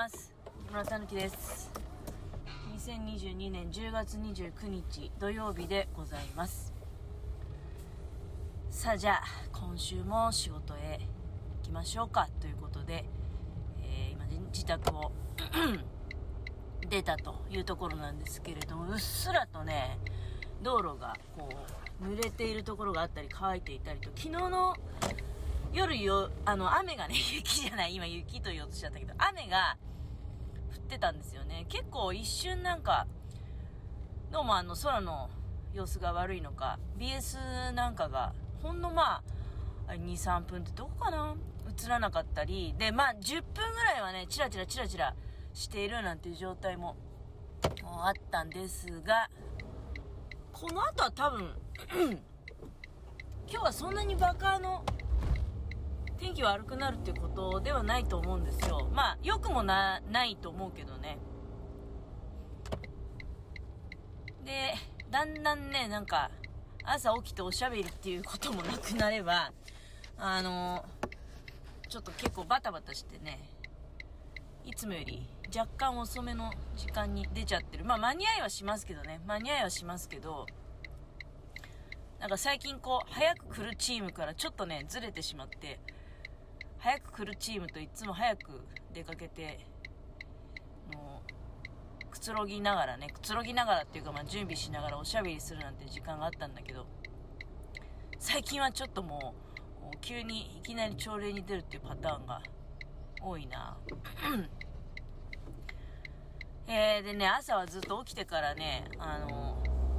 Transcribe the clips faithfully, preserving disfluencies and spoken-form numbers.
ます。木村たぬきです。にせんにじゅうにねんじゅうがつにじゅうくにち土曜日でございます。さあじゃあ今週も仕事へ行きましょうかということで、えー、今自宅を出たというところなんですけれども、うっすらとね道路がこう濡れているところがあったり乾いていたりと、昨日の夜よあの雨がね雪じゃない今雪と言おうとしちゃったけど雨が降ってたんですよね。結構一瞬なんかどうもあの空の様子が悪いのか ビーエス なんかがほんのまあ にさんぷんってどこかな映らなかったりで、まあじゅっぷんぐらいはねチラチラチラチラしているなんていう状態もあったんですが、この後は多分今日はそんなにバカの天気悪くなるっていうことではないと思うんですよ。まあ良くも な, ないと思うけどね。でだんだんねなんか朝起きておしゃべりっていうこともなくなれば、あのちょっと結構バタバタしてね、いつもより若干遅めの時間に出ちゃってる。まあ間に合いはしますけどね間に合いはしますけどなんか最近こう早く来るチームからちょっとねずれてしまって、早く来るチームといつも早く出かけてもうくつろぎながらねくつろぎながらっていうか、まあ準備しながらおしゃべりするなんて時間があったんだけど、最近はちょっともう急にいきなり朝礼に出るっていうパターンが多いなえー、でね朝はずっと起きてからねあの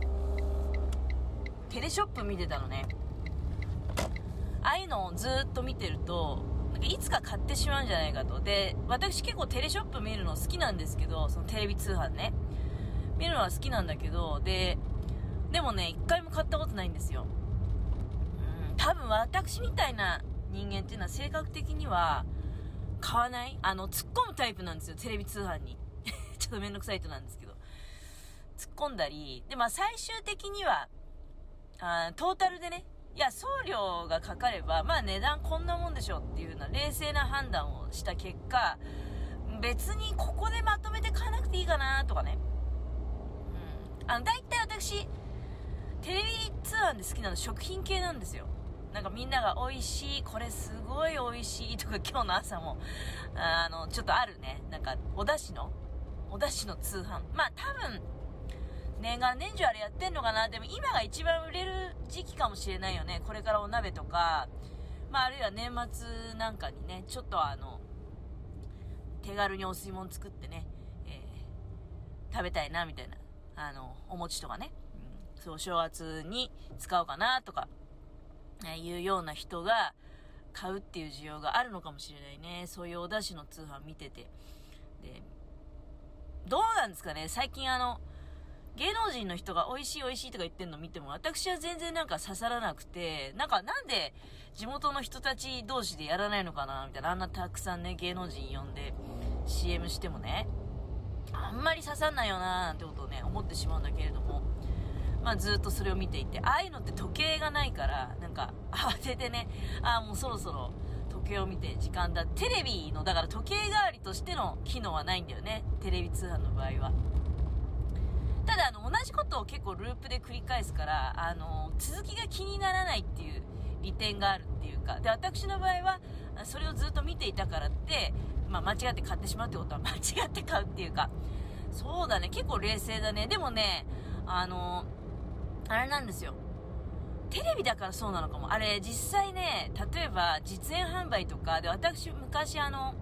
テレショップ見てたのね。ああいうのをずっと見てるとなんかいつか買ってしまうんじゃないかと。で私結構テレショップ見るの好きなんですけど、そのテレビ通販ね見るのは好きなんだけど、ででもね一回も買ったことないんですよ。うん多分私みたいな人間っていうのは性格的には買わない、あの突っ込むタイプなんですよテレビ通販にちょっとめんどくさい人なんですけど、突っ込んだりで、まあ最終的にはあトータルでね、いや送料がかかればまあ値段こんなもんでしょっていうような冷静な判断をした結果、別にここでまとめて買わなくていいかなとかね、うん、あの大体私テレビ通販で好きなの食品系なんですよ。なんかみんなが美味しいこれすごい美味しいとか今日の朝もあのちょっとあるね、なんかお出汁のお出汁の通販、まあ多分年がら年中あれやってんのかな。でも今が一番売れる時期かもしれないよね。これからお鍋とか、まああるいは年末なんかにねちょっとあの手軽にお吸い物作ってね、えー、食べたいなみたいな、あのお餅とかね、うん、そう正月に使おうかなとか、えー、いうような人が買うっていう需要があるのかもしれないね。そういうお出汁の通販見てて、でどうなんですかね最近あの芸能人の人が美味しい美味しいとか言ってるの見ても私は全然なんか刺さらなくて、なんかなんで地元の人たち同士でやらないのかなみたいな、あんなたくさんね芸能人呼んで シーエム してもねあんまり刺さんないよななんてことをね思ってしまうんだけれども、まあずっとそれを見ていて、ああいうのって時計がないからなんか慌ててね、ああもうそろそろ時計を見て時間だ、テレビのだから時計代わりとしての機能はないんだよねテレビ通販の場合は。ただあの同じことを結構ループで繰り返すからあの続きが気にならないっていう利点があるっていうか、で私の場合はそれをずっと見ていたからって、まあ、間違って買ってしまうってことは間違って買うっていうか、そうだね結構冷静だね。でもねあのあれなんですよ、テレビだからそうなのかも。あれ実際ね例えば実演販売とかで私昔あの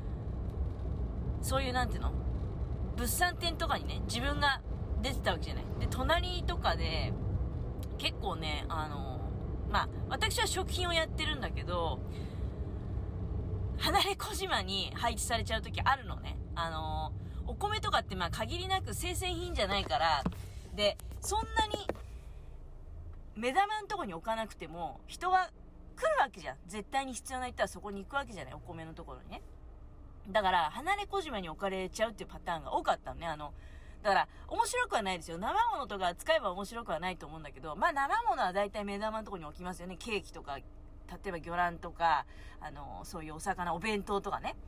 そういうなんていうの物産展とかにね自分が出てたわけじゃない。で隣とかで結構ねあのまあ私は食品をやってるんだけど離れ小島に配置されちゃう時あるのね。あのお米とかってまあ限りなく生鮮品じゃないから、でそんなに目玉のとこに置かなくても人が来るわけじゃん。絶対に必要な人はそこに行くわけじゃない、お米のところにね。だから離れ小島に置かれちゃうっていうパターンが多かったのね。あのだから面白くはないですよ。生物とか使えば面白くはないと思うんだけど、まあ生物は大体目玉のところに置きますよね。ケーキとか例えば魚卵とかあのそういうお魚お弁当とかね、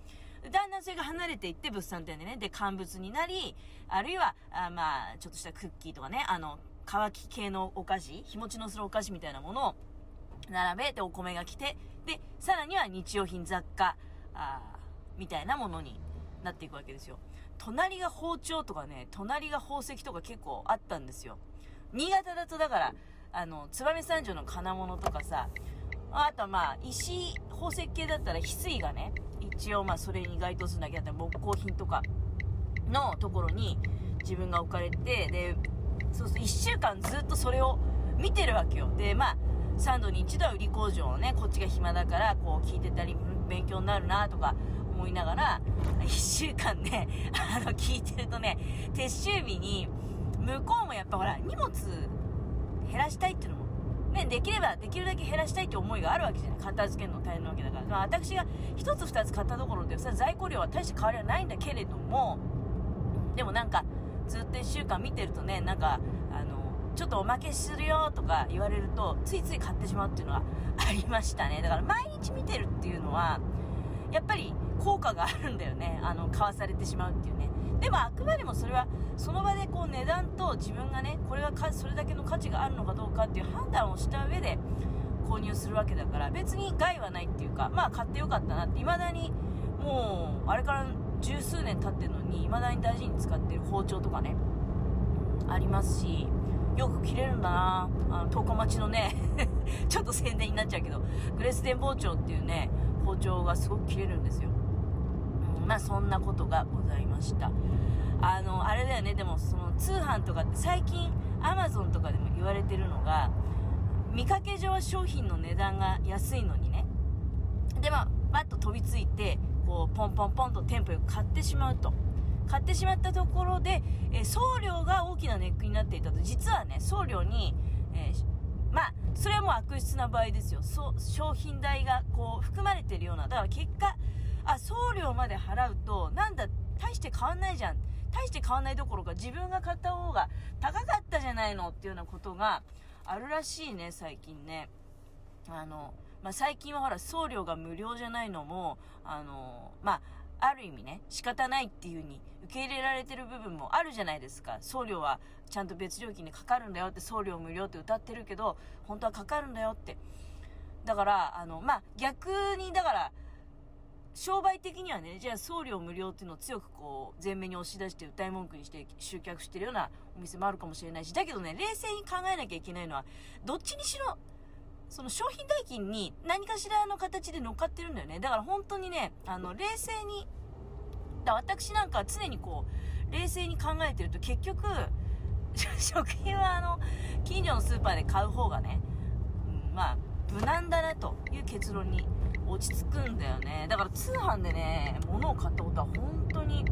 だんだんそれが離れていって物産展でね、で、乾物になり、あるいは、あまあ、ちょっとしたクッキーとかね、あの、乾き系のお菓子、日持ちのするお菓子みたいなものを並べてお米が来て、で、さらには日用品雑貨、あみたいなものになっていくわけですよ。隣が包丁とかね、隣が宝石とか結構あったんですよ。新潟だとだから、あの、燕三条の金物とかさ、あとはまあ、石、宝石系だったら翡翠がね、一応まあそれに該当するんだけど、木工品とかのところに自分が置かれて、で、そうするといっしゅうかんずっとそれを見てるわけよ。で、まあ、さんどに一度は売り工場をね、こっちが暇だからこう聞いてたり、勉強になるなとか思いながら、いっしゅうかんね、あの、聞いてるとね、撤収日に、向こうもやっぱほら、荷物減らしたいっていうのも、ね、できればできるだけ減らしたいって思いがあるわけじゃない。片付けるの大変なわけだから。まあ、私が一つ二つ買ったところで、それは在庫量は大して変わりはないんだけれども、でもなんか、ずっといっしゅうかん見てるとね、なんか、あの、ちょっとおまけするよとか言われると、ついつい買ってしまうっていうのはありましたね。だから毎日見てるっていうのは、やっぱり効果があるんだよね。あの、買わされてしまうっていうね。でもあくまでもそれは、その場でこう値段と自分がね、これがかそれだけの価値があるのかどうかっていう判断をした上で購入するわけだから、別に害はないっていうか、まあ買ってよかったなって、未だにもう、あれから十数年経ってるのに、未だに大事に使ってる包丁とかね、ありますし、よく切れるんだなあの、十日町のね、ちょっと宣伝になっちゃうけど、グレスデン包丁っていうね、包丁がすごく切れるんですよ。うん、まあそんなことがございました。あの、あれだよね、でもその通販とかって最近アマゾンとかでも言われてるのが、見かけ上は商品の値段が安いのにね、でまあ、バッと飛びついて、こう、ポンポンポンとテンポよく買ってしまうと。買ってしまったところで、えー、送料が大きなネックになっていたと。実はね、送料に、えー、まあ、それはもう悪質な場合ですよ。そう、商品代がこう、含まれているような。だから結果、あ、送料まで払うと、なんだ、大して変わんないじゃん。大して変わんないどころか、自分が買った方が高かったじゃないのっていうようなことがあるらしいね、最近ね。あの、まあ、最近はほら、送料が無料じゃないのも、あの、まあ、ある意味ね、仕方ないっていう風に受け入れられてる部分もあるじゃないですか。送料はちゃんと別料金でかかるんだよって、送料無料って歌ってるけど、本当はかかるんだよって。だから、あの、まあ、逆に、だから、商売的にはね、じゃあ送料無料っていうのを強くこう、前面に押し出して歌い文句にして集客してるようなお店もあるかもしれないし、だけどね、冷静に考えなきゃいけないのは、どっちにしろ、その商品代金に何かしらの形で乗っかってるんだよね。だから本当にね、あの、冷静に、だ私なんかは常にこう、冷静に考えてると結局、食品はあの、近所のスーパーで買う方がね、うん、まあ、無難だなという結論に落ち着くんだよね。だから通販でね、物を買ったことは本当に、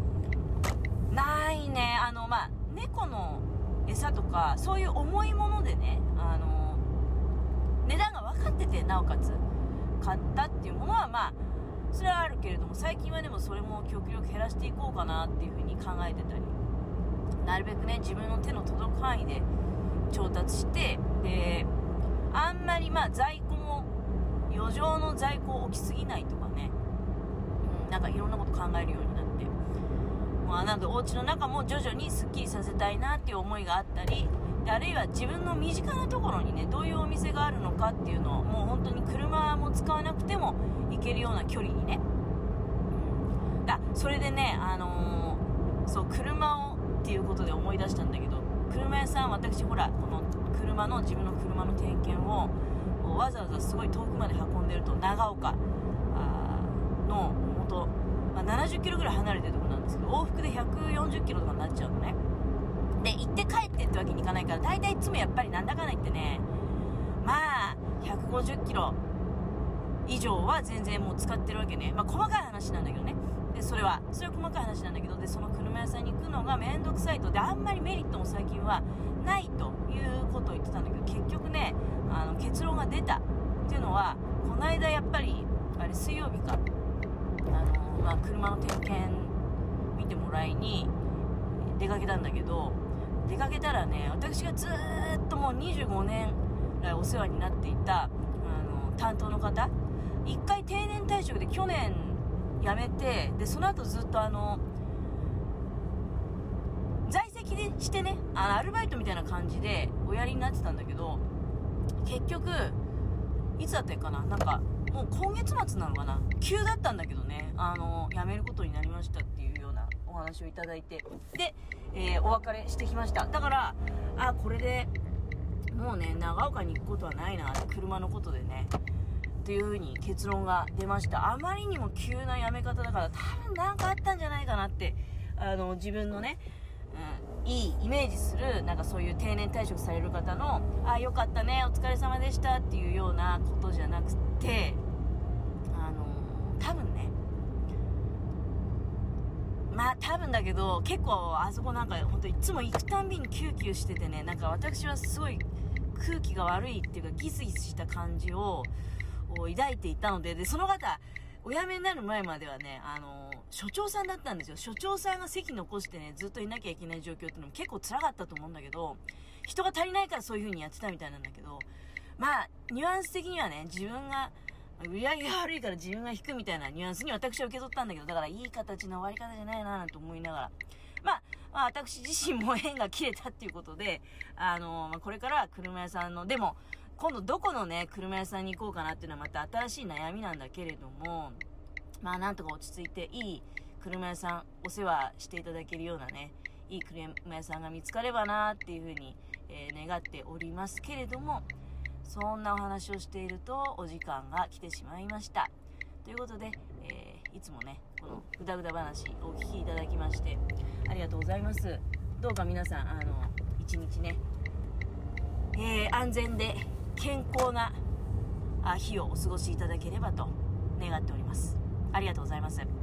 ないね。あの、まあ、猫の餌とか、そういう重いものでね、あの、値段が分かってて、なおかつ買ったっていうものはまあそれはあるけれども、最近はでもそれも極力減らしていこうかなっていうふうに考えてたり、なるべくね自分の手の届く範囲で調達して、であんまりまあ在庫も余剰の在庫を置きすぎないとかね、うん、なんかいろんなこと考えるようになって、まあ、なんかお家の中も徐々にスッキリさせたいなっていう思いがあったり、あるいは自分の身近なところにね、どういうお店があるのかっていうのを、もう本当に車も使わなくても行けるような距離にね、うん、だそれでね、あのー、そう車をっていうことで思い出したんだけど、車屋さん、私ほらこの車の自分の車の点検をわざわざすごい遠くまで運んでると、長岡の元、まあ、ななじゅっキロぐらい離れてるところなんですけど、往復でひゃくよんじゅっキロとかになっちゃうのね。で行って帰ってってわけにいかないから、大体いつもやっぱりなんだかんだ言ってね、まあひゃくごじゅっキロ以上は全然もう使ってるわけね。まあ細かい話なんだけどね。でそれはそれは細かい話なんだけど、でその車屋さんに行くのがめんどくさいと、であんまりメリットも最近はないということを言ってたんだけど、結局ね、あの結論が出たっていうのは、この間やっぱりあれ水曜日か、あの、まあ、車の点検見てもらいに出かけたんだけど、出かけたらね、私がずーっともうにじゅうごねん来お世話になっていたあの担当の方、一回定年退職で去年辞めて、でその後ずっとあの在籍でしてね、あのアルバイトみたいな感じでおやりになってたんだけど、結局いつだったかな、なんかもう今月末なのかな、急だったんだけどね、あの辞めることになりましたっていうようなお話をいただいて、で、えー、お別れしてきました。だからあこれでもうね長岡に行くことはないなって、車のことでねっていう風に結論が出ました。あまりにも急な辞め方だから、多分なんかあったんじゃないかなって、あの自分のね、うん、いいイメージするなんかそういう定年退職される方のあよかったねお疲れ様でしたっていうようなことじゃなくて、あの多分ね、まあ多分だけど結構あそこなんか本当いつも行くたんびにキューキューしててね、なんか私はすごい空気が悪いっていうかギスギスした感じを抱いていたので、でその方お辞めになる前まではね、あの所長さんだったんですよ。所長さんが席残してねずっといなきゃいけない状況っていうのも結構辛かったと思うんだけど、人が足りないからそういう風にやってたみたいなんだけど、まあニュアンス的にはね、自分が売り上げが悪いから自分が引くみたいなニュアンスに私は受け取ったんだけど、だからいい形の終わり方じゃないななんて思いながら、まあ、まあ、私自身も縁が切れたっていうことで、あのまあ、これから車屋さんの、でも今度どこのね車屋さんに行こうかなっていうのはまた新しい悩みなんだけれども、まあなんとか落ち着いていい車屋さんお世話していただけるようなね、いい車屋さんが見つかればなっていうふうに、えー、願っておりますけれども、そんなお話をしているとお時間が来てしまいました。ということで、えー、いつもねこのぐだぐだ話お聞きいただきましてありがとうございます。どうか皆さんあの一日ね、えー、安全で健康な日をお過ごしいただければと願っております。ありがとうございます。